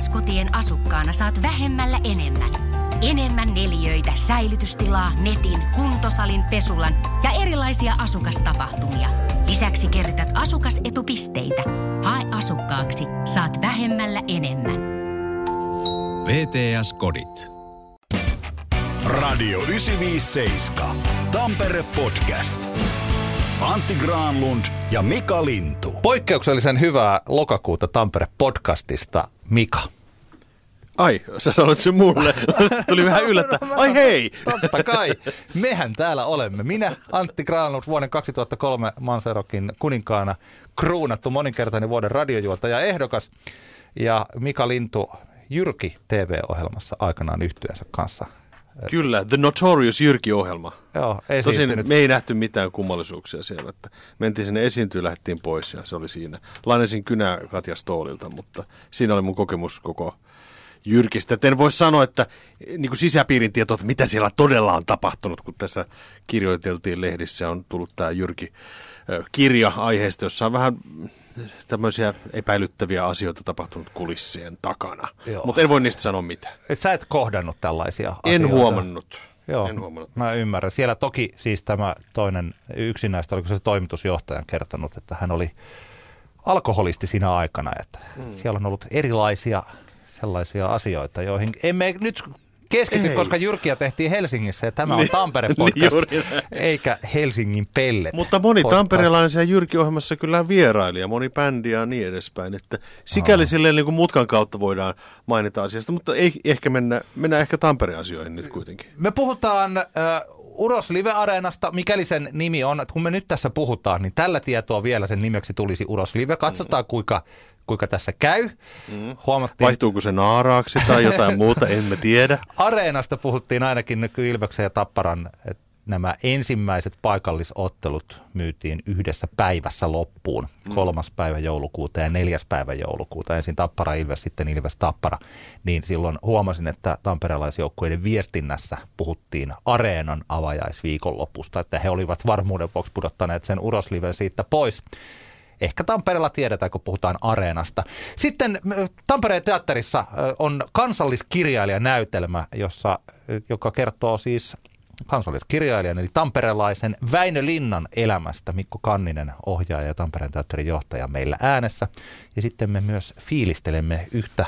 VTS-kotien asukkaana saat vähemmällä enemmän. Enemmän neliöitä, säilytystilaa, netin, kuntosalin, pesulan ja erilaisia asukastapahtumia. Lisäksi kerrytät asukasetupisteitä. Hae asukkaaksi, saat vähemmällä enemmän. VTS-kodit. Radio 957. Tampere Podcast. Antti Granlund ja Mika Lintu. Poikkeuksellisen hyvää lokakuuta Tampere Podcastista, Mika. Ai, sä sanoit sen mulle. Tuli vähän yllättäen. Ai hei! Totta kai. Mehän täällä olemme. Minä, Antti Granlund, vuoden 2003 Manserokin kuninkaana kruunattu moninkertainen vuoden radiojuontaja ehdokas. Ja Mika Lintu Jyrki TV-ohjelmassa aikanaan yhtyeensä kanssa. Kyllä, The Notorious Jyrki-ohjelma. Joo, tosin me ei nähty mitään kummallisuuksia siellä. Että mentiin sinne esiintyä, lähdettiin pois ja se oli siinä. Lainesin kynää Katja Stoolilta, mutta siinä oli mun kokemus koko Jyrkistä. Et en voi sanoa, että niin kuin sisäpiirin tieto, että mitä siellä todella on tapahtunut, kun tässä kirjoiteltiin lehdissä. On tullut tämä Jyrki-kirja aiheesta, jossa on vähän tämmöisiä epäilyttäviä asioita tapahtunut kulissien takana. Mutta en voi niistä sanoa mitään. Sä et kohdannut tällaisia asioita? En huomannut. Joo, mä ymmärrän. Siellä toki siis tämä toinen yksinäistä, oliko se toimitusjohtajan kertonut, että hän oli alkoholisti siinä aikana. Että siellä on ollut erilaisia sellaisia asioita, joihin emme nyt keskity, koska Jyrkiä tehtiin Helsingissä ja tämä on Tampere Podcast, eikä Helsingin Pellet. Mutta moni tamperelainen siellä Jyrki-ohjelmassa kyllä vieraili ja moni bändi ja niin edespäin, että sikäli silleen niin kuin mutkan kautta voidaan mainita asiasta, mutta ei ehkä mennään ehkä Tampere-asioihin nyt kuitenkin. Me puhutaan Uros Live-areenasta, mikäli sen nimi on, kun me nyt tässä puhutaan, niin tällä tietoa vielä sen nimeksi tulisi Uros Live. Katsotaan kuinka tässä käy. Vaihtuuko se naaraaksi tai jotain muuta, emme tiedä. Areenasta puhuttiin ainakin Ilveksen ja Tapparan, että nämä ensimmäiset paikallisottelut myytiin yhdessä päivässä loppuun. 3. päivä joulukuuta ja 4. päivä joulukuuta. Ensin Tappara Ilves, sitten Ilves Tappara. Niin silloin huomasin, että tamperelaisjoukkueiden viestinnässä puhuttiin areenan avajaisviikonlopusta, että he olivat varmuuden vuoksi pudottaneet sen Urosliven siitä pois. Ehkä Tampereella tiedetään, kun puhutaan areenasta. Sitten Tampereen teatterissa on kansalliskirjailijanäytelmä, joka kertoo siis kansalliskirjailijan, eli tamperelaisen Väinö Linnan elämästä. Mikko Kanninen, ohjaaja ja Tampereen teatterin johtaja meillä äänessä. Ja sitten me myös fiilistelemme yhtä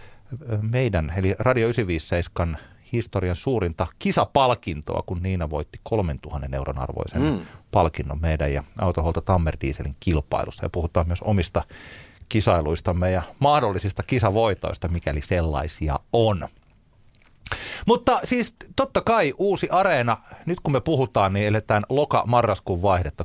meidän, eli Radio 957 historian suurinta kisapalkintoa, kun Niina voitti 3 000 euron arvoisen palkinnon meidän ja Autohuolto Tammerdieselin kilpailusta. Ja puhutaan myös omista kisailuistamme ja mahdollisista kisavoitoista, mikäli sellaisia on. Mutta siis totta kai uusi areena, nyt kun me puhutaan, niin eletään loka-marraskuun vaihdetta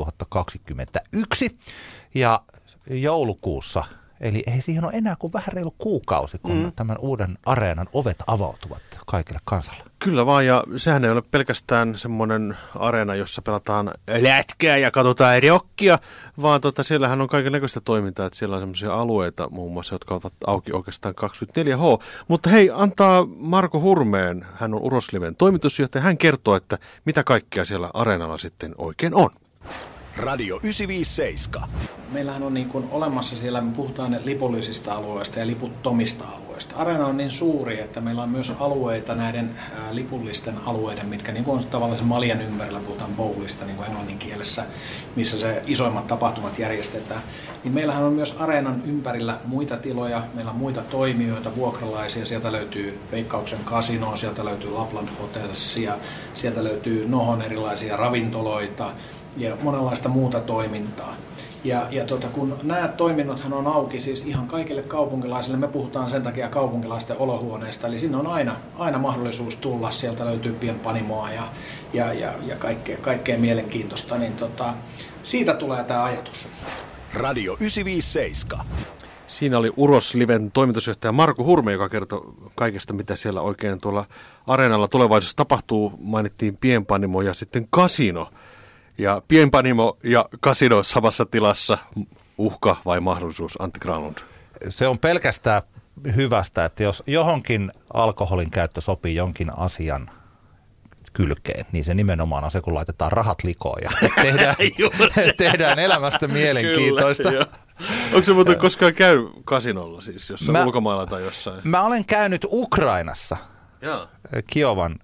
2021 ja joulukuussa. Eli ei siihen ole enää kuin vähän reilu kuukausi, kun tämän uuden areenan ovet avautuvat kaikille kansalle. Kyllä vaan, ja sehän ei ole pelkästään semmoinen areena, jossa pelataan lätkää ja katsotaan rockia, vaan siellähän on kaikennäköistä toimintaa, että siellä on semmoisia alueita muun muassa, jotka ovat auki oikeastaan 24H. Mutta hei, antaa Marko Hurmeen, hän on Urosliven toimitusjohtaja, hän kertoo, että mitä kaikkea siellä areenalla sitten oikein on. Radio 957. Meillähän on niin kuin olemassa siellä, me puhutaan lipullisista alueista ja liputtomista alueista. Areena on niin suuri, että meillä on myös alueita näiden lipullisten alueiden, mitkä niin kuin on tavallaan sen maljan ympärillä, puhutaan bowlista niin kuin englannin kielessä, missä se isoimmat tapahtumat järjestetään. Niin meillähän on myös areenan ympärillä muita tiloja, meillä on muita toimijoita, vuokralaisia, sieltä löytyy Veikkauksen kasino, sieltä löytyy Lapland Hotelsia, sieltä löytyy Nohon erilaisia ravintoloita, ja monenlaista muuta toimintaa. Kun nämä toiminnothan on auki siis ihan kaikille kaupunkilaisille, me puhutaan sen takia kaupunkilaisten olohuoneista, eli sinne on aina mahdollisuus tulla, sieltä löytyy pienpanimoa ja kaikkea mielenkiintoista, niin siitä tulee tämä ajatus. Radio 957. Siinä oli Urosliven toimitusjohtaja Marko Hurme, joka kertoi kaikesta, mitä siellä oikein tuolla areenalla tulevaisuudessa tapahtuu. Mainittiin pienpanimo ja sitten kasino. Ja pienpanimo ja kasino samassa tilassa, uhka vai mahdollisuus, Antti Granlund? Se on pelkästään hyvästä, että jos johonkin alkoholin käyttö sopii jonkin asian kylkeen, niin se nimenomaan on se, kun laitetaan rahat likoon ja tehdään elämästä mielenkiintoista. Kyllä, onko se muuten koskaan käynyt kasinolla siis, jossain ulkomailla tai jossain? Mä olen käynyt Ukrainassa, Kiovan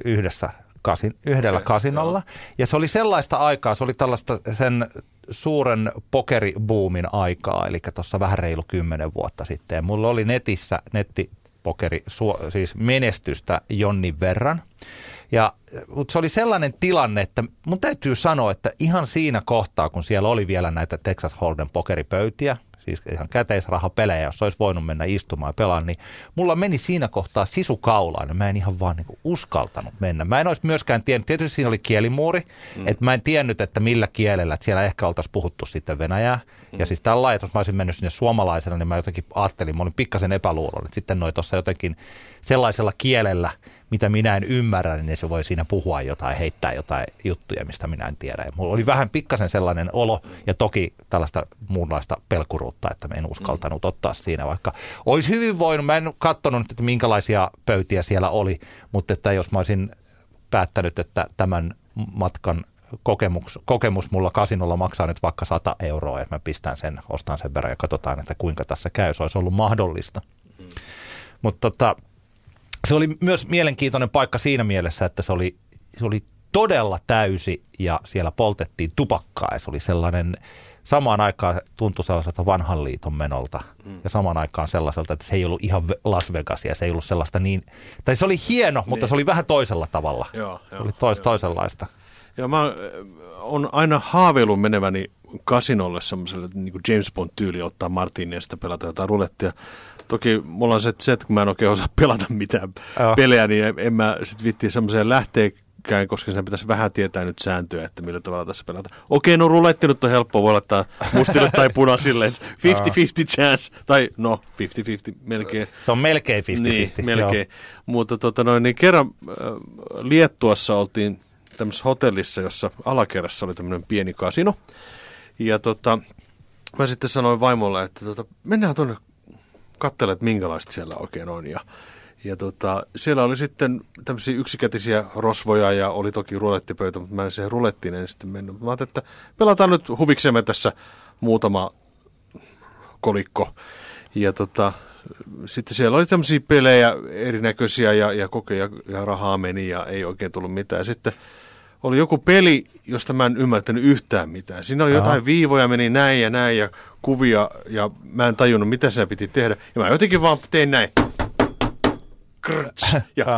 yhdellä kasinolla, ja se oli sellaista aikaa, se oli tällaista sen suuren pokeribuumin aikaa, eli tuossa vähän reilu 10 vuotta sitten. Ja mulla oli netissä nettipokeri, siis menestystä jonnin verran. Mutta se oli sellainen tilanne, että mun täytyy sanoa, että ihan siinä kohtaa, kun siellä oli vielä näitä Texas Hold'em pokeripöytiä, siis ihan käteisrahapelejä, jos olisi voinut mennä istumaan ja pelaamaan, niin mulla meni siinä kohtaa sisu kaulaan, ja mä en ihan vaan niin uskaltanut mennä. Mä en olisi myöskään tiennyt, tietysti siinä oli kielimuuri, että mä en tiennyt, että millä kielellä, että siellä ehkä oltaisiin puhuttu sitten venäjää. Ja siis tällä lailla, jos mä olisin mennyt sinne suomalaisena, niin mä jotenkin ajattelin, mä olin pikkasen epäluuloinen, että sitten noi tuossa jotenkin sellaisella kielellä, mitä minä en ymmärrä, niin se voi siinä puhua jotain, heittää jotain juttuja, mistä minä en tiedä. Ja mulla oli vähän pikkasen sellainen olo ja toki tällaista muunlaista pelkuruutta, että mä en uskaltanut ottaa siinä, vaikka olisi hyvin voinut. Mä en katsonut, että minkälaisia pöytiä siellä oli, mutta että jos mä olisin päättänyt, että tämän matkan kokemus mulla kasinolla maksaa nyt vaikka 100 €, että mä pistän sen, ostan sen verran ja katsotaan, että kuinka tässä käy. Se olisi ollut mahdollista. Mutta se oli myös mielenkiintoinen paikka siinä mielessä, että se oli todella täysi ja siellä poltettiin tupakkaa ja se oli sellainen, samaan aikaan tuntui sellaiselta vanhan liiton menolta ja samaan aikaan sellaiselta, että se ei ollut ihan Las Vegasia, se ei ollut sellaista tai se oli hieno, mutta se oli vähän toisella tavalla. Se oli toisenlaista. Ja mä oon aina haaveillut meneväni kasinolle semmoiselle niin kuin James Bond-tyyli ottaa martinia ja sitten pelata jotain rulettia. Toki mulla on se, että kun mä en oikein osaa pelata mitään pelejä, niin en mä sit viittiin semmoiseen lähteekään, koska sen pitäisi vähän tietää nyt sääntöä, että millä tavalla tässä pelataan. Okei, no ruletti nyt on helppoa, voi laittaa mustille tai punaisille, että 50-50 chance, tai no 50-50 melkein. Se on melkein 50-50. Niin, melkein. Mutta niin kerran Liettuassa oltiin tämmöisessä hotellissa, jossa alakerrassa oli tämmöinen pieni kasino. Ja mä sitten sanoin vaimolle, että mennään tuonne katselemaan, että minkälaista siellä oikein on. Ja siellä oli sitten tämmöisiä yksikätisiä rosvoja ja oli toki rulettipöytä, mutta mä en siihen rulettiin en sitten mennyt. Mä ajattelin, että pelataan nyt huviksemme tässä muutama kolikko. Ja sitten siellä oli tämmöisiä pelejä erinäköisiä ja kokeja ja rahaa meni ja ei oikein tullut mitään. Sitten oli joku peli, josta mä en ymmärtänyt yhtään mitään. Siinä oli jotain viivoja, meni näin ja kuvia ja mä en tajunnut, mitä siinä piti tehdä. Ja mä jotenkin vaan tein näin. Krts, ja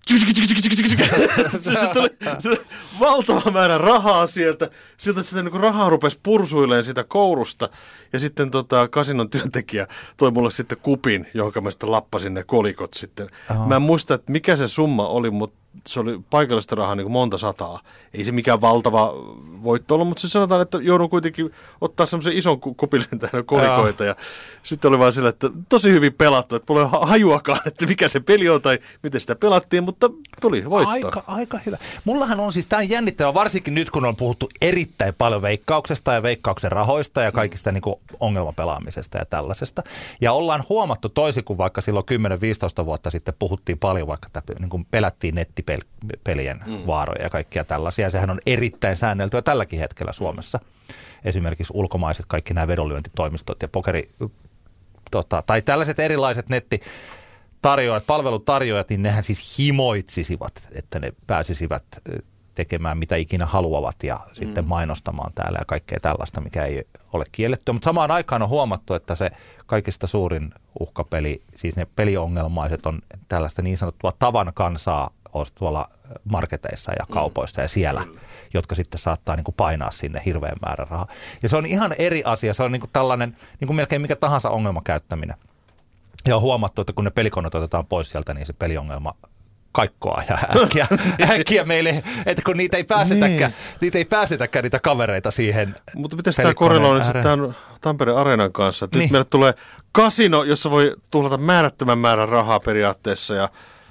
sitten oli valtava määrä rahaa sieltä. Sieltä niin rahaa rupesi pursuilemaan sitä kourusta. Ja sitten kasinon työntekijä toi mulle sitten kupin, johon mä sitten lappasin ne kolikot sitten. Mä en muista, että mikä se summa oli, mutta se oli paikallista rahaa niin kuin monta sataa. Ei se mikään valtava voitto ollut, mutta se sanotaan, että joudun kuitenkin ottaa semmoisen ison kupillisen tähän kolikoita. Ja sitten oli vaan sillä, että tosi hyvin pelattu, että mulla ei ole hajuakaan, että mikä se peli on tai miten sitä pelattiin, mutta tuli voitto. Aika hyvä. Mullahan on siis, tämä on jännittävä, varsinkin nyt kun on puhuttu erittäin paljon Veikkauksesta ja Veikkauksen rahoista ja kaikista niin kuin ongelmapelaamisesta ja tällaisesta. Ja ollaan huomattu toisin kuin vaikka silloin 10-15 vuotta sitten puhuttiin paljon, vaikka niin kuin pelättiin nettipelien vaaroja ja kaikkia tällaisia. Sehän on erittäin säänneltyä tälläkin hetkellä Suomessa. Esimerkiksi ulkomaiset kaikki nämä vedonlyöntitoimistot ja pokeri, tai tällaiset erilaiset palvelutarjoajat, niin nehän siis himoitsisivat, että ne pääsisivät tekemään mitä ikinä haluavat ja sitten mainostamaan täällä ja kaikkea tällaista, mikä ei ole kiellettyä. Mutta samaan aikaan on huomattu, että se kaikista suurin uhkapeli, siis ne peliongelmaiset on tällaista niin sanottua tavan kansaa tuolla marketeissa ja kaupoissa ja siellä, jotka sitten saattaa niin kuin painaa sinne hirveän määrän rahaa. Ja se on ihan eri asia. Se on niin kuin tällainen, niin kuin melkein mikä tahansa ongelmakäyttäminen. Ja on huomattu, että kun ne pelikoneet otetaan pois sieltä, niin se peliongelma kaikkoa ja äkkiä meille, että kun niitä ei päästetäkään niitä kavereita siihen. Mutta miten tämä korreloi nyt tämän Tampereen Areenan kanssa? Että nyt meille tulee kasino, jossa voi tuhlata määrättömän määrän rahaa periaatteessa ja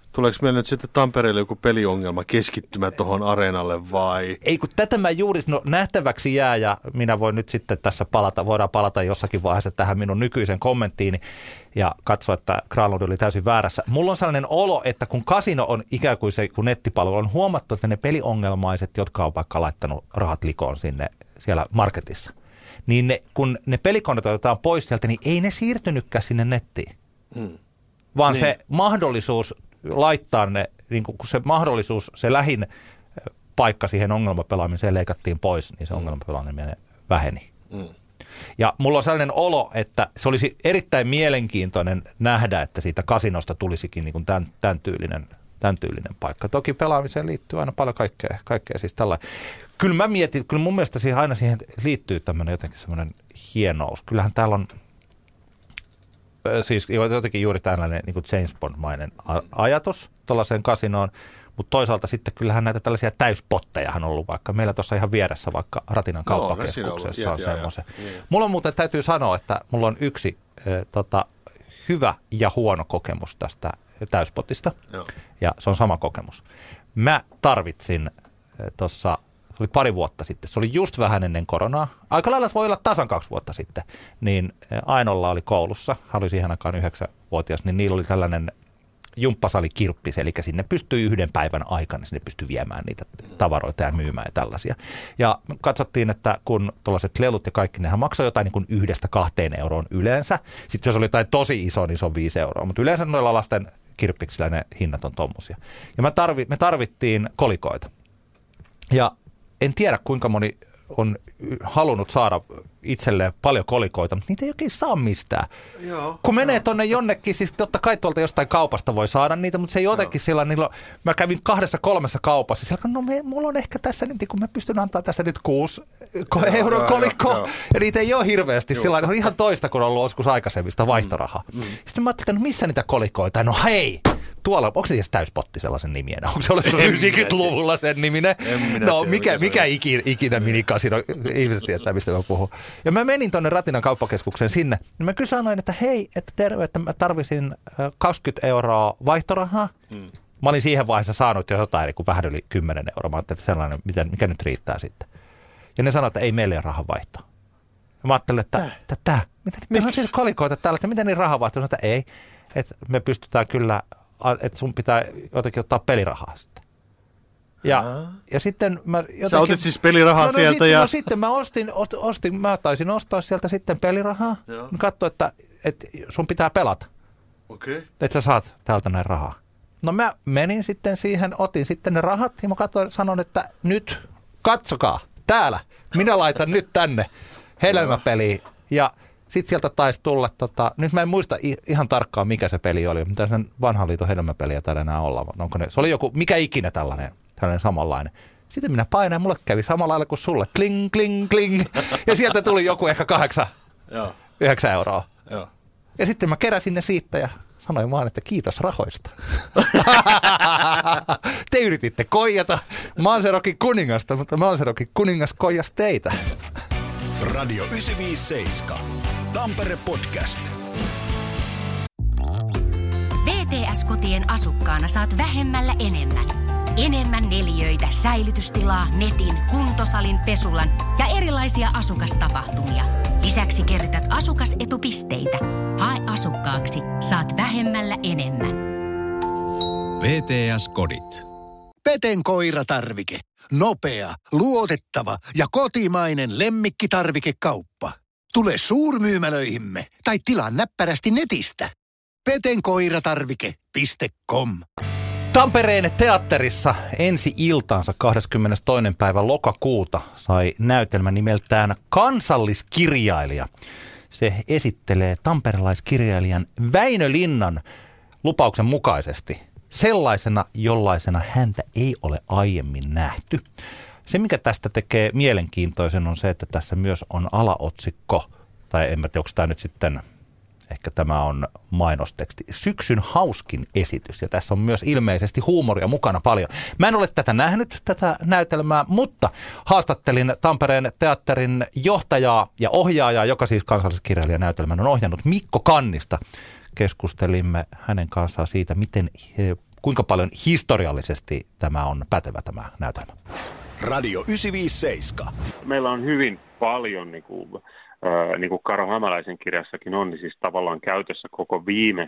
Tuleeko meillä nyt sitten Tampereelle joku peliongelma keskittymä tuohon areenalle vai? Ei, kun tätä mä juuri nähtäväksi jää ja minä voin nyt sitten tässä voidaan palata jossakin vaiheessa tähän minun nykyisen kommenttiini ja katsoa, että Granlund oli täysin väärässä. Mulla on sellainen olo, että kun kasino on ikään kuin se kun nettipalvelu, on huomattu, että ne peliongelmaiset, jotka on vaikka laittanut rahat likoon siellä marketissa, niin kun ne pelikoneet otetaan pois sieltä, niin ei ne siirtynytkään sinne nettiin, vaan niin. Se mahdollisuus laittaa ne, niin kun se mahdollisuus, se lähin paikka siihen ongelmapelaamiseen leikattiin pois, niin se ongelmapelaaminen väheni. Ja mulla on sellainen olo, että se olisi erittäin mielenkiintoinen nähdä, että siitä kasinosta tulisikin niin kuin tämän tyylinen paikka. Toki pelaamiseen liittyy aina paljon kaikkea siis tällainen. Kyllä mun mielestä aina siihen liittyy tämmöinen jotenkin semmoinen hienous. Kyllähän täällä on siis jotenkin juuri tällainen niin kuin James Bond-mainen ajatus tuollaiseen kasinoon, mutta toisaalta sitten kyllähän näitä tällaisia täyspottejahan on ollut vaikka. Meillä tuossa ihan vieressä vaikka Ratinan kauppakeskuksessa on semmoisen. Mulla on muuten täytyy sanoa, että mulla on yksi hyvä ja huono kokemus tästä täyspotista. Joo. Ja se on sama kokemus. Mä tarvitsin tuossa, se oli 2 vuotta sitten, se oli just vähän ennen koronaa. Aika lailla voi olla tasan 2 vuotta sitten, niin Ainolla oli koulussa, hän oli siihen aikaan 9-vuotias, niin niillä oli tällainen jumppasalikirppis, eli sinne pystyi 1 päivän aikana, sinne pystyi viemään niitä tavaroita ja myymään ja tällaisia. Ja katsottiin, että kun tuollaiset lelut ja kaikki, nehän maksoi jotain niin kuin 1-2 euroon yleensä. Sitten jos oli jotain tosi iso, niin se on 5 euroa, mutta yleensä noilla lasten kirppiksillä ne hinnat on tommosia. Ja me tarvittiin kolikoita. Ja en tiedä, kuinka moni on halunnut saada itselleen paljon kolikoita, mutta niitä ei oikein saa mistään. Kun menee tonne jonnekin, siis totta kai tuolta jostain kaupasta voi saada niitä, mutta se ei jotenkin sillä niillä, mä kävin 2-3 kaupassa, siellä mulla on ehkä tässä nyt, kun mä pystyn antaa tässä nyt 6 euron kolikkoa, ja niitä ei ole hirveästi, sillä on ihan toista, kun on ollut joskus aikaisemmista vaihtorahaa. Sitten mä ajattelin, missä niitä kolikoita, no hei! Tuolla, onko se edes täyspotti sellaisen nimien? Onko se ollut 90-luvulla sen niminen? No mikä ikinä minikasino, ihmiset tietää mistä mä puhun. Ja mä menin tonne Ratinan kauppakeskukseen sinne, niin mä kyllä sanoin, että hei, että terve, että mä tarvisin 20 euroa vaihtorahaa. Mä olin siihen vaiheessa saanut jo jotain, eli kun vähän yli 10 euroa. Mä ajattelin, että sellainen, mikä nyt riittää sitten. Ja ne sanoivat, että ei meillä ole rahan vaihtoa. Ja mä ajattelin, että mitä niitä on siis kolikoita täällä, että miten niin rahan vaihtoa? Että ei, että me pystytään kyllä, että sun pitää jotenkin ottaa pelirahaa sitten. Ja sitten mä jotenkin... Sä otit siis pelirahaa sieltä ja... No sitten mä taisin ostaa sieltä sitten pelirahaa. Katso, että sun pitää pelata. Okei. Että sä saat täältä näin rahaa. No mä menin sitten siihen, otin sitten ne rahat ja mä sanon, että nyt katsokaa, täällä, minä laitan nyt tänne hedelmäpeliin. Ja sitten sieltä taisi tulla, nyt mä en muista ihan tarkkaan mikä se peli oli, mitä sen vanhan liiton hedelmäpeliä täällä enää olla. Onko ne, se oli joku, mikä ikinä tällainen samanlainen. Sitten minä painan ja mulle kävi samalla lailla kuin sulle. Kling, kling, kling. Ja sieltä tuli joku ehkä 9 euroa. Joo. Ja sitten mä keräsin ne siitä ja sanoin vaan, että kiitos rahoista. Te yrititte koijata Manserokin kuningasta, mutta Manserokin kuningas koijas teitä. Radio 957. Tampere Podcast. VTS-kotien asukkaana saat vähemmällä enemmän. Enemmän neliöitä, säilytystilaa, netin, kuntosalin, pesulan ja erilaisia asukastapahtumia. Lisäksi kerrytät asukasetupisteitä. Hae asukkaaksi, saat vähemmällä enemmän. VTS-kodit. Peten koiratarvike. Nopea, luotettava ja kotimainen lemmikkitarvikekauppa. Tule suurmyymälöihimme tai tilaa näppärästi netistä. petenkoiratarvike.com. Tampereen teatterissa ensi iltaansa 22. päivä lokakuuta sai näytelmä nimeltään Kansalliskirjailija. Se esittelee tamperelaiskirjailijan Väinö Linnan lupauksen mukaisesti sellaisena, jollaisena häntä ei ole aiemmin nähty. Se, mikä tästä tekee mielenkiintoisen, on se, että tässä myös on alaotsikko, tai en tiedä, onko tämä nyt sitten... Ehkä tämä on mainosteksti. Syksyn hauskin esitys. Ja tässä on myös ilmeisesti huumoria mukana paljon. Mä en ole tätä nähnyt, tätä näytelmää, mutta haastattelin Tampereen teatterin johtajaa ja ohjaajaa, joka siis kansalliskirjailijan näytelmän on ohjannut, Mikko Kannista. Keskustelimme hänen kanssaan siitä, miten kuinka paljon historiallisesti tämä on pätevä tämä näytelmä? Radio 957. Meillä on hyvin paljon, niin kuin Karo Hämäläisen kirjassakin on, niin siis tavallaan käytössä koko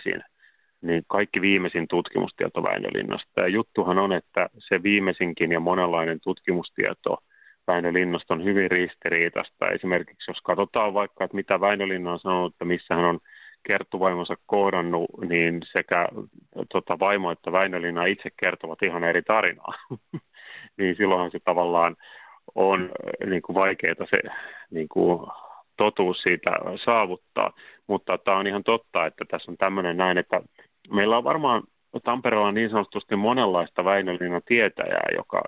kaikki viimeisin tutkimustieto Väinölinnasta. Ja juttuhan on, että se viimeisinkin ja monenlainen tutkimustieto Väinölinnasta on hyvin ristiriitaista. Esimerkiksi jos katsotaan vaikka, että mitä Väinölinna on sanonut, että missä hän on Kerttu-vaimonsa kohdannut, niin sekä vaimo että Väinölinna itse kertovat ihan eri tarinaa. Niin silloinhan se tavallaan on niin kuin vaikeaa se niin kuin totuus siitä saavuttaa. Mutta tämä on ihan totta, että tässä on tämmöinen näin, että meillä on varmaan Tampereella niin sanotusti monenlaista Väinölinnan tietäjää,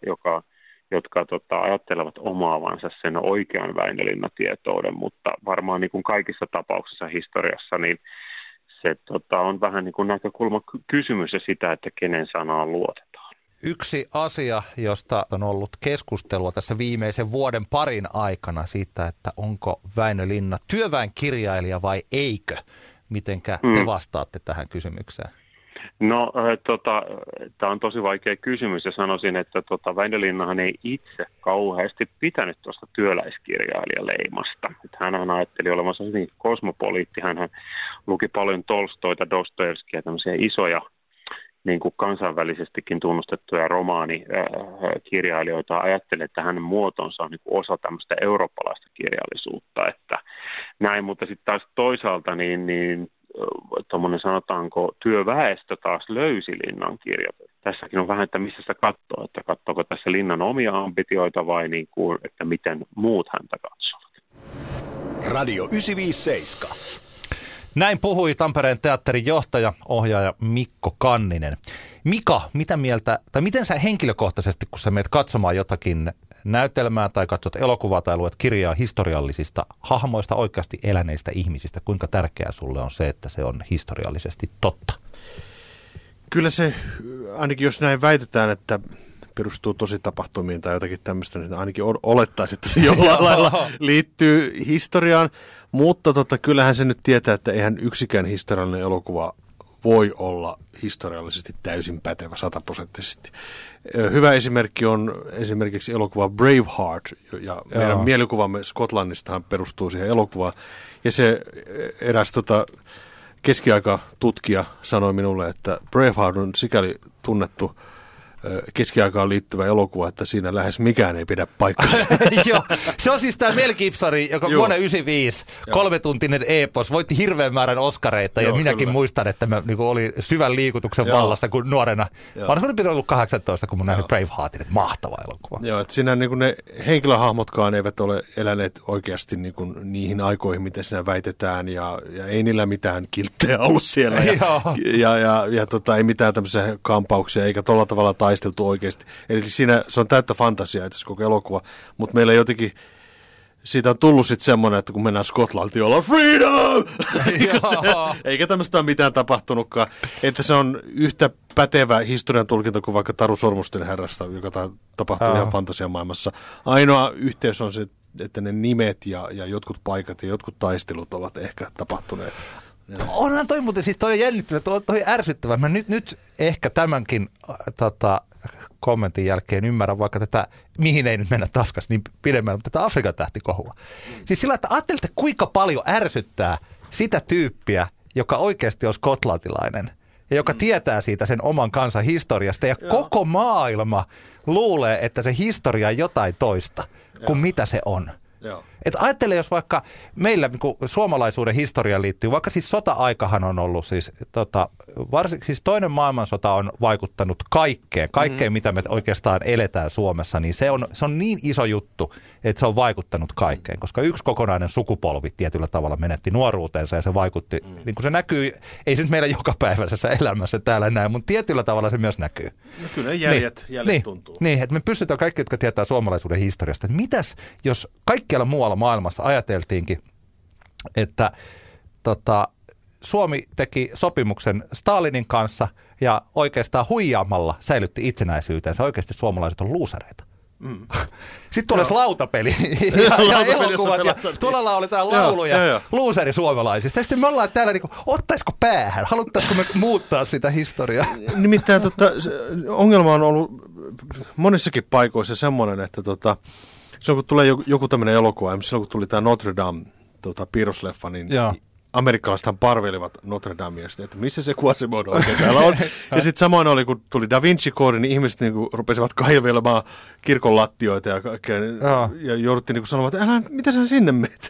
jotka ajattelevat omaavansa sen oikean Väinölinna-tietouden, mutta varmaan niin kuin kaikissa tapauksissa historiassa, niin se on vähän niin kuin näkökulmakysymys ja sitä, että kenen sanaan luotetaan. Yksi asia, josta on ollut keskustelua tässä viimeisen vuoden parin aikana siitä, että onko Väinölinna työväenkirjailija vai eikö? Mitenkä te vastaatte tähän kysymykseen? No, tämä on tosi vaikea kysymys ja sanoisin, että Väinölinnahan ei itse kauheasti pitänyt tuosta työläiskirjailijaleimasta. Hänhän ajatteli olevansa hyvin kosmopoliitti, hänhän luki paljon Tolstoita, Dostojevskia, tämmöisiä isoja niin kuin kansainvälisestikin tunnustettuja romaanikirjailijoita, ajatteli, että hänen muotonsa on niin kuin osa tämmöistä eurooppalaista kirjallisuutta, että näin, mutta sitten taas toisaalta niin tuommoinen sanotaanko työväestö taas löysi Linnan kirjat. Tässäkin on vähän, että missä sitä katsoo, että katsoako tässä Linnan omia ambitioita vai niin kuin, että miten muut häntä katsovat. Radio 957. Näin puhui Tampereen teatterin johtaja, ohjaaja Mikko Kanninen. Mika, mitä mieltä, tai miten sä henkilökohtaisesti, kun sä menet katsomaan jotakin näytelmää tai katsot elokuvaa tai luet kirjaa historiallisista hahmoista, oikeasti eläneistä ihmisistä, kuinka tärkeää sulle on se, että se on historiallisesti totta? Kyllä se, ainakin jos näin väitetään, että perustuu tosi tapahtumiin tai jotakin tämmöistä, niin ainakin olettaisiin, että se jollain lailla liittyy historiaan. Mutta kyllähän se nyt tietää, että eihän yksikään historiallinen elokuva voi olla historiallisesti täysin pätevä 100%. Hyvä esimerkki on esimerkiksi elokuva Braveheart, ja meidän mielikuvamme Skotlannistahan perustuu siihen elokuvaan. Ja se eräs keskiaikatutkija sanoi minulle, että Braveheart on sikäli tunnettu keskiaikaan liittyvä elokuva, että siinä lähes mikään ei pidä paikkansa. Joo, se on siis tämä Mel Gibsoni, joka vuonna 1995, 3-tuntinen epos, voitti hirveän määrän Oscareita, ja minäkin kyllä muistan, että mä niin oli syvän liikutuksen vallassa, kun nuorena, mä olen ollut 18, kun mun näin Braveheartin, että mahtava elokuva. Joo, että siinä niin ne henkilöhahmotkaan eivät ole eläneet oikeasti niin niihin aikoihin, mitä siinä väitetään, ja ei niillä mitään kilttejä ollut siellä, ja ei mitään tämmöisiä kampauksia, eikä tolla tavalla taisteltu oikeasti. Eli siinä se on täyttä fantasiaa, että se koko elokuva, mutta meillä jotenkin siitä on tullut sitten semmoinen, että kun mennään Skotlantiin, ollaan freedom! Eikä tämmöistä ole mitään tapahtunutkaan. Että se on yhtä pätevä historian tulkinta kuin vaikka Taru Sormusten herrasta, joka tapahtuu ihan fantasiamaailmassa. Ainoa yhteys on se, että ne nimet ja jotkut paikat ja jotkut taistelut ovat ehkä tapahtuneet. Onhan toi muuten, siis toi on jännittävä, toi ärsyttävä. Mä nyt ehkä tämänkin kommentin jälkeen ymmärrän vaikka tätä, mihin ei nyt mennä taskas niin pidemmälle, mutta tätä Afrikan tähtikohua. Siis sillä, että ajattelette, kuinka paljon ärsyttää sitä tyyppiä, joka oikeasti on skotlantilainen ja joka tietää siitä sen oman kansan historiasta ja koko maailma luulee, että se historia on jotain toista kuin mitä se on. Että ajattele, jos vaikka meillä niin suomalaisuuden historiaan liittyy, vaikka siis sota-aikahan on ollut, siis, siis toinen maailmansota on vaikuttanut kaikkeen, mitä me oikeastaan eletään Suomessa, niin se on niin iso juttu, että se on vaikuttanut kaikkeen, koska yksi kokonainen sukupolvi tietyllä tavalla menetti nuoruutensa ja se vaikutti, niin kuin se näkyy, ei se nyt meidän jokapäiväisessä elämässä täällä näin, mutta tietyllä tavalla se myös näkyy. No kyllä ne jäljet tuntuu. Niin, että me pystytään kaikki, jotka tietää suomalaisuuden historiasta, että mitäs, jos kaikkialla muualla maailmassa ajateltiinkin, että Suomi teki sopimuksen Stalinin kanssa ja oikeastaan huijaamalla säilytti itsenäisyytensä. Oikeasti suomalaiset on luusereita. Sitten tulisi lautapeli ja elokuvat ja tuolla lauletaan lauluja luuseri suomalaisista. Ja sitten me ollaan täällä ottaisiko päähän? Haluttaisiko me muuttaa sitä historiaa? Nimittäin ongelma on ollut monissakin paikoissa semmoinen, että silloin kun tulee joku tämmöinen elokuva, esimerkiksi silloin kun tuli tämä Notre Dame piirrosleffa, niin amerikkalaisethan parvelivat Notre Damea, että missä se Quasimodo oikein täällä on. Ja sitten samoin oli, kun tuli Da Vinci-koodi, niin ihmiset rupesivat kaivelemaan kirkon lattioita ja kaikkea. Ja jouduttiin sanomaan, että mitä sä sinne menet?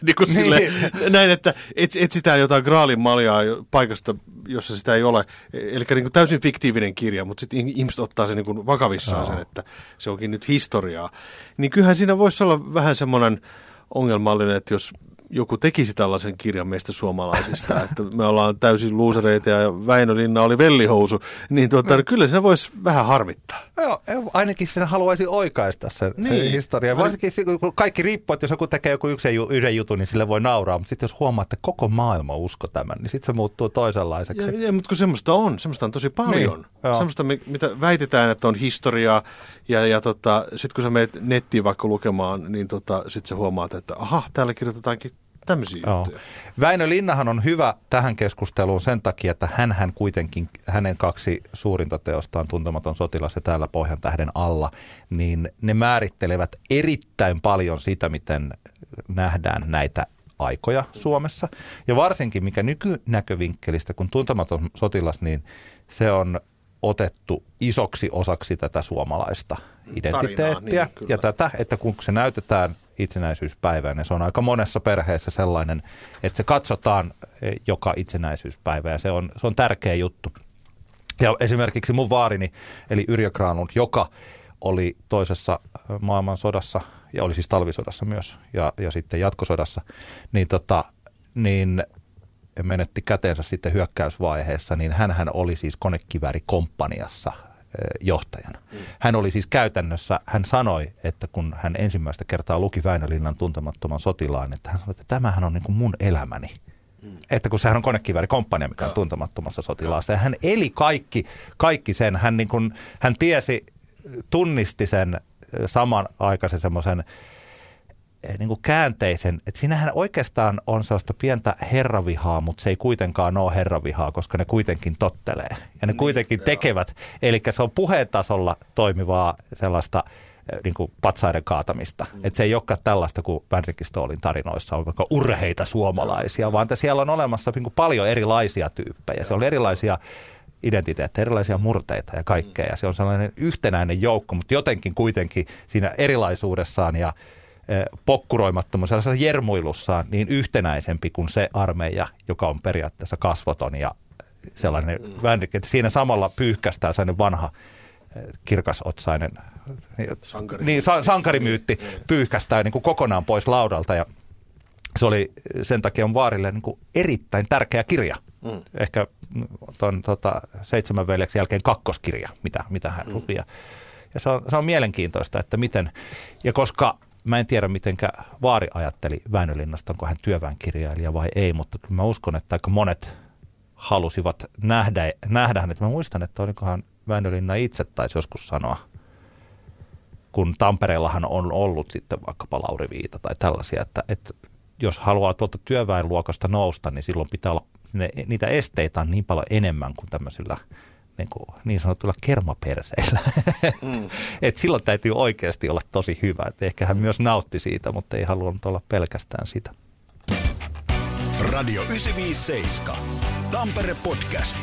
Näin, että etsitään jotain graalin maljaa paikasta, jossa sitä ei ole. Eli täysin fiktiivinen kirja, mutta sitten ihmiset ottaa sen vakavissaan sen, että se onkin nyt historiaa. Niin kyllähän siinä voisi olla vähän semmoinen ongelmallinen, että jos joku tekisi tällaisen kirjan meistä suomalaisista, että me ollaan täysin luusereita ja Väinö Linna oli vellihousu, niin kyllä se voisi vähän harmittaa. Joo, ainakin sen haluaisi oikaista sen historian. Varsinkin kun kaikki riippuu, että jos joku tekee joku yhden jutun, niin sille voi nauraa, mutta sitten jos huomaa, että koko maailma usko tämän, niin sitten se muuttuu toisenlaiseksi. Mutta kun semmoista on tosi paljon. Niin, semmoista, mitä väitetään, että on historiaa, ja sitten kun sä menet nettiin vaikka lukemaan, niin sitten sä huomaat, että täällä kirjoitetaankin tämmöisiä juttuja. Väinö Linnahan on hyvä tähän keskusteluun sen takia, että hän kuitenkin, hänen 2 suurinta teostaan, Tuntematon sotilas ja Täällä Pohjantähden alla, niin ne määrittelevät erittäin paljon sitä, miten nähdään näitä aikoja Suomessa. Ja varsinkin, mikä nykynäkövinkkelistä, kun Tuntematon sotilas, niin se on otettu isoksi osaksi tätä suomalaista identiteettiä ja tätä, että kun se näytetään itsenäisyyspäivään, niin se on aika monessa perheessä sellainen, että se katsotaan joka itsenäisyyspäivä ja se on tärkeä juttu. Ja esimerkiksi mun vaarini, eli Yrjö Granlund, joka oli toisessa maailmansodassa ja oli siis talvisodassa myös ja sitten jatkosodassa, niin menetti käteensä sitten hyökkäysvaiheessa, niin hänhän oli siis konekiväärikomppaniassa johtajana. Hän oli siis käytännössä, hän sanoi, että kun hän ensimmäistä kertaa luki Väinö Linnan Tuntemattoman sotilaan, että hän sanoi, että tämähän on niin kuin mun elämäni. Että kun sehän on konekiväärikomppania, mikä on Tuntemattomassa sotilaassa. Ja hän eli kaikki sen, hän tiesi, tunnisti sen samanaikaisen semmoisen niin kuin käänteisen, että siinähän oikeastaan on sellaista pientä herravihaa, mutta se ei kuitenkaan ole herravihaa, koska ne kuitenkin tottelee ja ne kuitenkin tekevät. Eli se on puheen tasolla toimivaa sellaista niin kuin patsaiden kaatamista. Että se ei olekaan tällaista kuin Vänrikki Stoolin tarinoissa on vaikka urheita suomalaisia, vaan että siellä on olemassa niin kuin paljon erilaisia tyyppejä. Se on erilaisia identiteettejä, erilaisia murteita ja kaikkea. Ja se on sellainen yhtenäinen joukko, mutta jotenkin kuitenkin siinä erilaisuudessaan ja pokkuroimattomuus, jermuilussaan niin yhtenäisempi kuin se armeija, joka on periaatteessa kasvoton ja sellainen Vänrikki, että siinä samalla pyyhkästää sellainen vanha kirkasotsainen sankarimyytti pyyhkästää niin kuin kokonaan pois laudalta ja se oli sen takia on Vaarille niin kuin erittäin tärkeä kirja. Ehkä tuon 7 veljeksi jälkeen kakkoskirja, mitä hän luki. Ja se on mielenkiintoista, että miten, ja koska mä en tiedä, mitenkä Vaari ajatteli Väinö Linnasta, onko hän työväenkirjailija vai ei, mutta mä uskon, että aika monet halusivat nähdä hänet. Mä muistan, että olikohan Väinö Linna itse taisi joskus sanoa, kun Tampereellahan on ollut sitten vaikkapa Lauri Viita tai tällaisia, että jos haluaa tuolta työväenluokasta nousta, niin silloin pitää olla, niitä esteitä on niin paljon enemmän kuin tämmöisillä niin sanotulla kermaperseillä. Et silloin täytyy oikeasti olla tosi hyvä. Et ehkä hän myös nautti siitä, mutta ei halunnut olla pelkästään sitä. Radio 957. Tampere Podcast.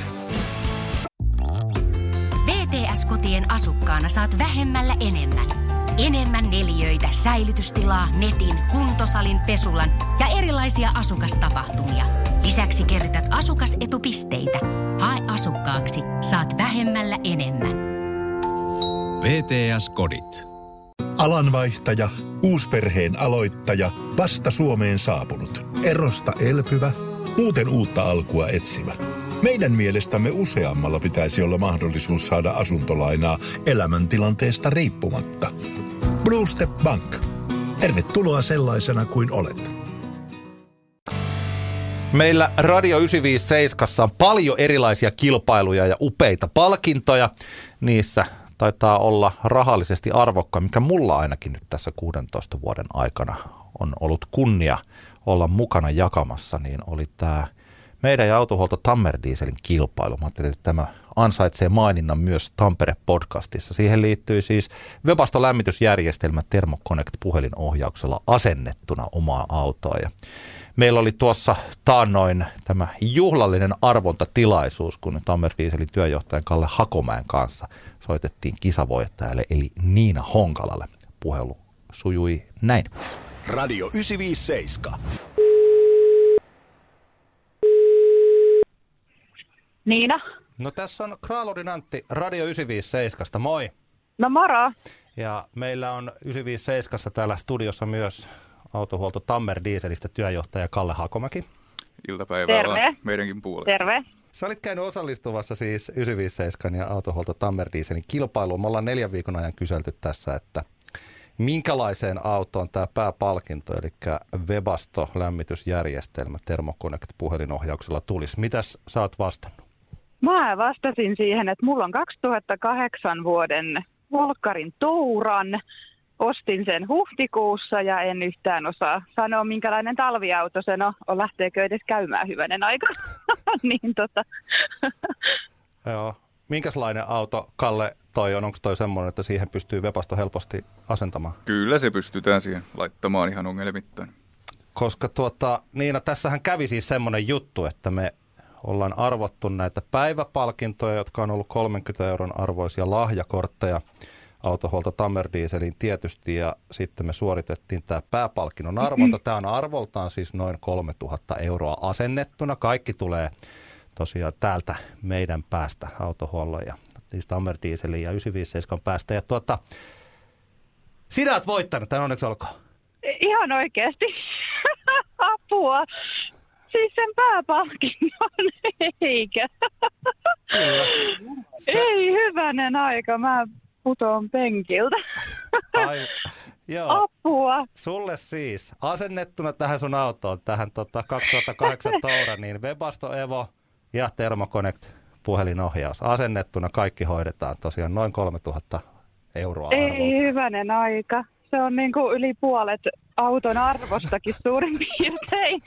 VTS-kotien asukkaana saat vähemmällä enemmän. Enemmän neliöitä, säilytystilaa, netin, kuntosalin, pesulan ja erilaisia asukastapahtumia. Lisäksi kerrytät asukasetupisteitä. Hae asukkaaksi, saat vähemmällä enemmän. VTS-kodit. Alanvaihtaja, uusperheen aloittaja, vasta Suomeen saapunut, erosta elpyvä, muuten uutta alkua etsimä. Meidän mielestämme useammalla pitäisi olla mahdollisuus saada asuntolainaa elämäntilanteesta riippumatta. Blue Step Bank. Tervetuloa sellaisena kuin olet. Meillä Radio 957 on paljon erilaisia kilpailuja ja upeita palkintoja. Niissä taitaa olla rahallisesti arvokkaan, mikä mulla ainakin nyt tässä 16 vuoden aikana on ollut kunnia olla mukana jakamassa, niin oli tämä meidän ja Autohuolto Tammerdieselin kilpailu. Mä ajattelin, että tämä ansaitsee maininnan myös Tampere-podcastissa. Siihen liittyy siis Webasto-lämmitysjärjestelmä Thermoconnect puhelinohjauksella asennettuna omaa autoa. Ja meillä oli tuossa taannoin tämä juhlallinen arvontatilaisuus, kun Tammerdieselin työjohtajan Kalle Hakomäen kanssa soitettiin kisavoittajalle eli Niina Honkalalle. Puhelu sujui näin. Radio 957. Niina. No tässä on Kraalodin Antti Radio 957. Moi. No moro. Ja meillä on 957 täällä studiossa myös Autohuolto Tammerdieselistä työjohtaja Kalle Hakomäki. Iltapäivää Terve. Meidänkin puolesta. Terve. Sä olit käynyt osallistuvassa siis 957 ja Autohuolto Tammerdieselin kilpailuun. Me ollaan 4 viikon ajan kyselty tässä, että minkälaiseen autoon tämä pääpalkinto, eli Webasto-lämmitysjärjestelmä Thermoconnect puhelinohjauksella tulisi. Mitäs sä oot vastannut? Mä vastasin siihen, että mulla on 2008 vuoden Volkkarin Touran. Ostin sen huhtikuussa ja en yhtään osaa sanoa, minkälainen talviauto sen on. Lähteekö edes käymään hyvänen aika? niin Joo. Minkälainen auto, Kalle, toi on? Onko toi semmoinen, että siihen pystyy Webasto helposti asentamaan? Kyllä se pystytään siihen laittamaan ihan ongelmittain. Koska Niina, tässähän kävi siis semmoinen juttu, että me ollaan arvottu näitä päiväpalkintoja, jotka on ollut 30 euron arvoisia lahjakortteja Autohuolto Tammerdieselin tietysti, ja sitten me suoritettiin tämä pääpalkinnon arvonta. Tämä on arvoltaan siis noin 3000 euroa asennettuna. Kaikki tulee tosiaan täältä meidän päästä Autohuollon ja siis Tammerdieselin ja 957 päästä. Ja sinä olet voittanut tämän, onneksi olkoon. Ihan oikeasti. Apua. Siis sen pääpalkinnon, eikä. Kyllä. Ei hyvänen aika, mä putoon penkiltä. Joo. Apua. Sulle siis asennettuna tähän sun autoon, tähän 2008 Toura, niin Webasto Evo ja Thermoconnect puhelinohjaus. Asennettuna kaikki hoidetaan tosiaan noin 3000 euroa arvolta. Ei hyvänen aika. Se on niin kuin yli puolet auton arvostakin suurin piirtein.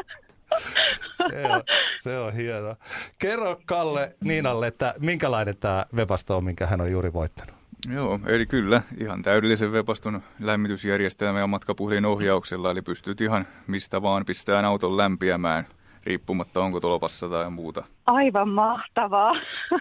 Se on hienoa. Kerro Kalle Niinalle, että minkälainen tämä Webasto on, minkä hän on juuri voittanut. Joo, eli kyllä ihan täydellisen Webaston lämmitysjärjestelmä ja matkapuhelinohjauksella, eli pystyt ihan mistä vaan pistämään auton lämpiämään, riippumatta onko tolpassa tai muuta. Aivan mahtavaa.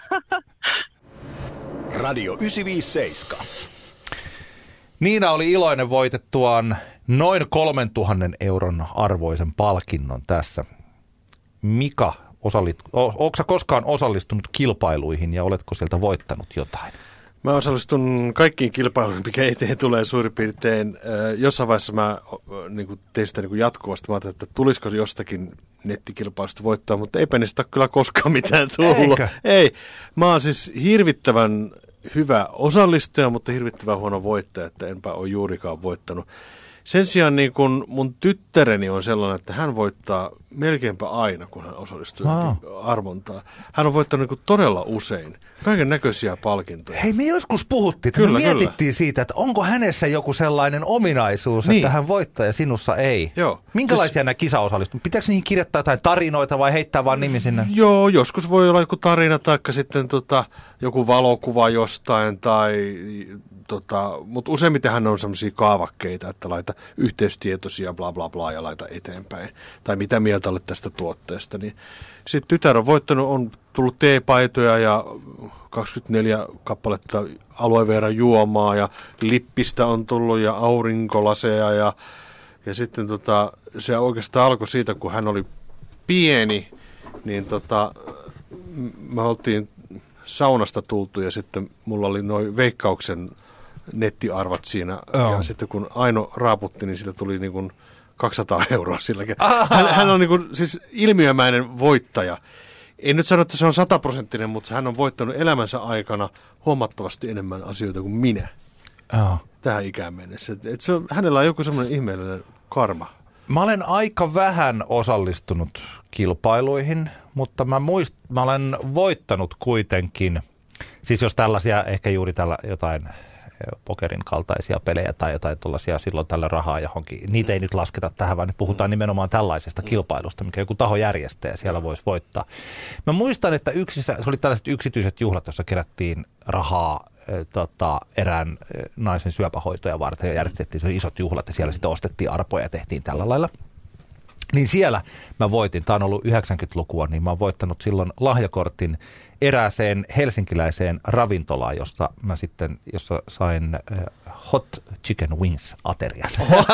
Radio 957. Niina oli iloinen voitettuaan noin 3000 euron arvoisen palkinnon tässä. Mika, oletko sä koskaan osallistunut kilpailuihin ja oletko sieltä voittanut jotain? Mä osallistun kaikkiin kilpailuihin, mikä eteen tulee suurin piirtein. Jossain vaiheessa mä tein sitä jatkuvasti. Mä ajattelin, että tulisiko jostakin nettikilpailusta voittaa, mutta eipä niistä ole kyllä koskaan mitään tullut. Eikö? Ei. Mä oon siis hirvittävän hyvä osallistuja, mutta hirvittävän huono voittaja, että enpä ole juurikaan voittanut. Sen sijaan niin kun mun tyttäreni on sellainen, että hän voittaa melkeinpä aina, kun hän osallistuu arvontaan. Hän on voittanut niin todella usein kaiken näköisiä palkintoja. Hei, me joskus puhuttiin, että me mietittiin siitä, että onko hänessä joku sellainen ominaisuus, että hän voittaa ja sinussa ei. Joo. Minkälaisia nämä kisaosallistumisia? Pitääkö niihin kirjoittaa jotain tarinoita vai heittää vaan nimi sinne? Joo, joskus voi olla joku tarina tai sitten joku valokuva jostain mutta useimmiten hän on sellaisia kaavakkeita, että laita yhteystietoisia bla bla bla ja laita eteenpäin. Tai mitä mieltä olet tästä tuotteesta. Niin. Sitten tytär on voittanut, on tullut teepaitoja ja 24 kappaletta aloe-vera juomaa ja lippistä on tullut ja aurinkolaseja ja sitten se oikeastaan alkoi siitä, kun hän oli pieni, niin me oltiin saunasta tultu ja sitten mulla oli noin Veikkauksen nettiarvat siinä. Ja sitten kun Aino raaputti, niin siitä tuli niin kuin 200 euroa silläkin. Hän on niin kuin, siis ilmiömäinen voittaja. En nyt sano, että se on 100%, mutta hän on voittanut elämänsä aikana huomattavasti enemmän asioita kuin minä. Tähän ikään mennessä. Hänellä on joku semmoinen ihmeellinen karma. Mä olen aika vähän osallistunut kilpailuihin, mutta mä olen voittanut kuitenkin Siis jos tällaisia, ehkä juuri tällä jotain pokerin kaltaisia pelejä tai jotain tuollaisia silloin tällä rahaa johonkin, niitä ei nyt lasketa tähän, vaan nyt puhutaan nimenomaan tällaisesta kilpailusta, mikä joku taho järjestää ja siellä voisi voittaa. Mä muistan, että se oli tällaiset yksityiset juhlat, joissa kerättiin rahaa erään naisen syöpähoitoja varten ja järjestettiin isot juhlat ja siellä sitten ostettiin arpoja ja tehtiin tällä lailla. Niin siellä mä voitin, tämä on ollut 90-lukua, niin mä oon voittanut silloin lahjakortin erääseen helsinkiläiseen ravintolaan, jossa sain hot chicken wings -aterian.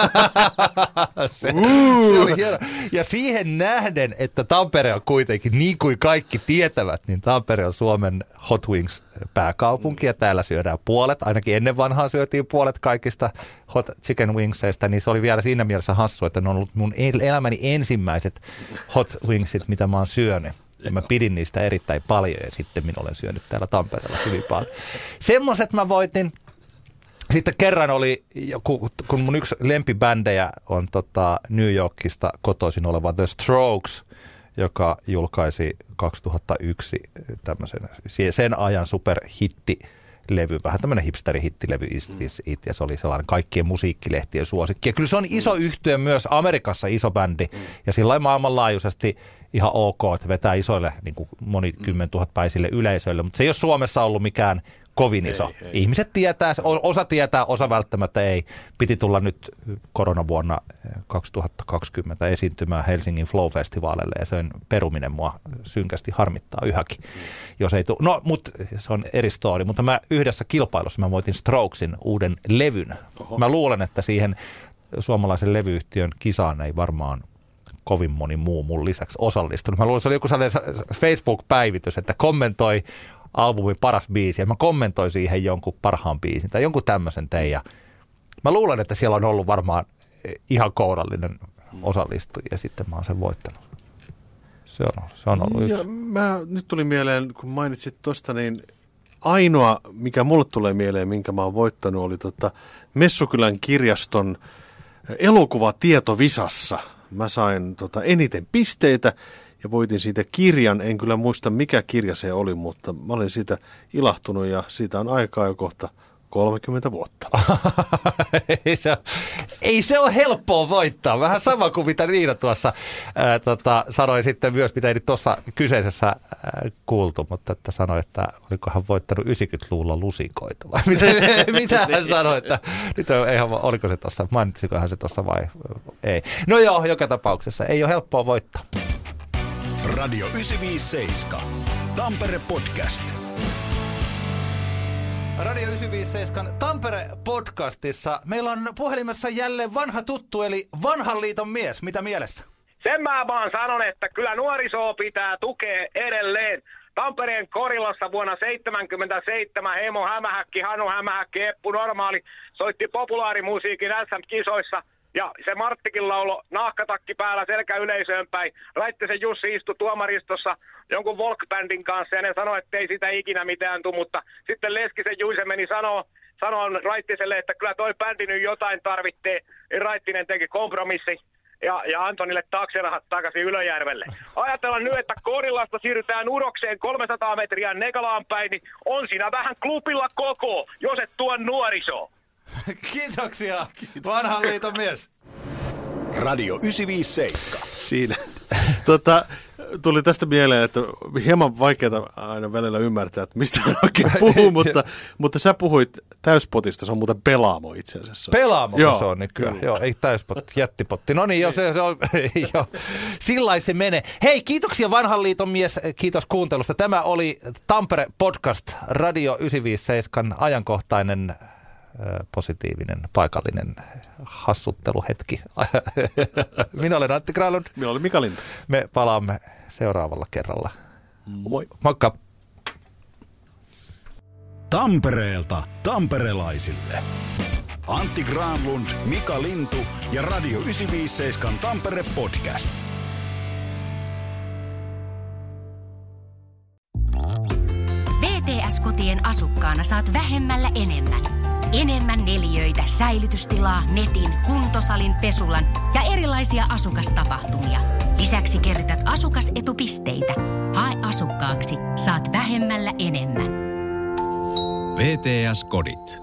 se oli hieno. Ja siihen nähden, että Tampere on kuitenkin, niin kuin kaikki tietävät, niin Tampere on Suomen hot wings -pääkaupunki ja täällä syödään puolet, ainakin ennen vanhaa syötiin puolet kaikista hot chicken wingseistä, niin se oli vielä siinä mielessä hassu, että ne on ollut mun elämäni ensimmäiset hot wingsit, mitä mä oon syönyt. Ja mä pidin niistä erittäin paljon ja sitten minä olen syönyt täällä Tampereella hyvin paljon. Semmoiset mä voitin. Sitten kerran oli, kun mun yksi lempibändejä on New Yorkista kotoisin oleva The Strokes, joka julkaisi 2001 tämmöisen sen ajan superhittilevy, vähän tämmöinen hipsterihittilevy Is This It, ja se oli sellainen kaikkien musiikkilehtien suosikki. Ja kyllä se on iso yhtye myös Amerikassa, iso bändi, ja sillä maailmanlaajuisesti ihan ok, että vetää isoille niin kuin monikymmentuhatpäisille yleisöille, mutta se ei ole Suomessa ollut mikään kovin iso. Ei. Ihmiset tietää, osa tietää, osa välttämättä ei. Piti tulla nyt koronavuonna 2020 esiintymään Helsingin Flow-festivaaleille ja sen peruminen mua synkästi harmittaa yhäkin. Jos ei no, mutta se on eri story. Mutta mä yhdessä kilpailussa mä voitin Strokesin uuden levyn. Oho. Mä luulen, että siihen suomalaisen levyyhtiön kisaan ei varmaan kovin moni muu mun lisäksi osallistunut. Mä luulen, että se oli joku sellainen Facebook-päivitys, että kommentoi albumin paras biisi, ja mä kommentoin siihen jonkun parhaan biisin tai jonkun tämmöisen tein. Ja mä luulen, että siellä on ollut varmaan ihan kourallinen osallistuja, ja sitten mä oon sen voittanut. Se on ollut yksi. Nyt tuli mieleen, kun mainitsit tuosta, niin ainoa, mikä mulle tulee mieleen, minkä mä oon voittanut, oli Messukylän kirjaston elokuvatietovisassa. Mä sain eniten pisteitä ja voitin siitä kirjan. En kyllä muista, mikä kirja se oli, mutta mä olin siitä ilahtunut ja siitä on aikaa jo kohta 30 vuotta. Ei se ole helppoa voittaa. Vähän sama kuin mitä Niina tuossa sanoi sitten myös, mitä ei nyt tuossa kyseisessä kuultu, mutta että sanoi, että oliko hän voittanut 90-luvulla lusikoita vai mitä hän sanoi, että nyt oliko se tuossa, mainitsiko hän se tuossa vai ei. No joo, joka tapauksessa ei ole helppoa voittaa. Radio 957. Tampere Podcast. Radio 957 Tampere-podcastissa meillä on puhelimessa jälleen vanha tuttu, eli Vanhan liiton mies. Mitä mielessä? Sen mä vaan sanon, että kyllä nuorisoa pitää tukea edelleen. Tampereen Korilassa vuonna 1977 Heimo Hämähäkki, Hannu Hämähäkki, Eppu Normaali soitti populaarimusiikin SM-kisoissa. Ja se Marttikin laulo nahkatakki päällä selkä yleisöön päin. Raittisen Jussi istui tuomaristossa jonkun Volk-bändin kanssa ja ne sanoi, että ei sitä ikinä mitään tule. Mutta sitten Leskisen Juise meni sanoo Raittiselle, että kyllä toi bändi nyt jotain tarvitsee. Raittinen teki kompromissi ja Antonille taksirahat takaisin Ylöjärvelle. Ajatellaan nyt, että Korilasta siirrytään Urokseen 300 metriä Negalaan päin, niin on siinä vähän klubilla koko, jos et tuo nuorisoa. Kiitoksia, Vanhan liiton mies. Radio 957. Siinä. Tuli tästä mieleen, että hieman vaikeaa aina välillä ymmärtää, että mistä hän oikein puhuu, mutta sä puhuit täyspotista, se on muuten Pelaamo itse asiassa. Pelaamo se on nykyään. Joo, ei täyspotti, jättipotti. No niin, joo, se on, joo. Sillain se menee. Hei, kiitoksia Vanhan liiton mies, kiitos kuuntelusta. Tämä oli Tampere Podcast, Radio 957 ajankohtainen positiivinen, paikallinen hassutteluhetki. Minä olen Antti Granlund. Minä olen Mika Lintu. Me palaamme seuraavalla kerralla. Moi. Moikka. Tampereelta tamperelaisille. Antti Granlund, Mika Lintu ja Radio 957 Tampere Podcast. VTS-kotien asukkaana saat vähemmällä enemmän. Enemmän neliöitä, säilytystilaa, netin, kuntosalin, pesulan ja erilaisia asukastapahtumia. Lisäksi kerrytät asukasetupisteitä. Hae asukkaaksi, saat vähemmällä enemmän. VTS-kodit.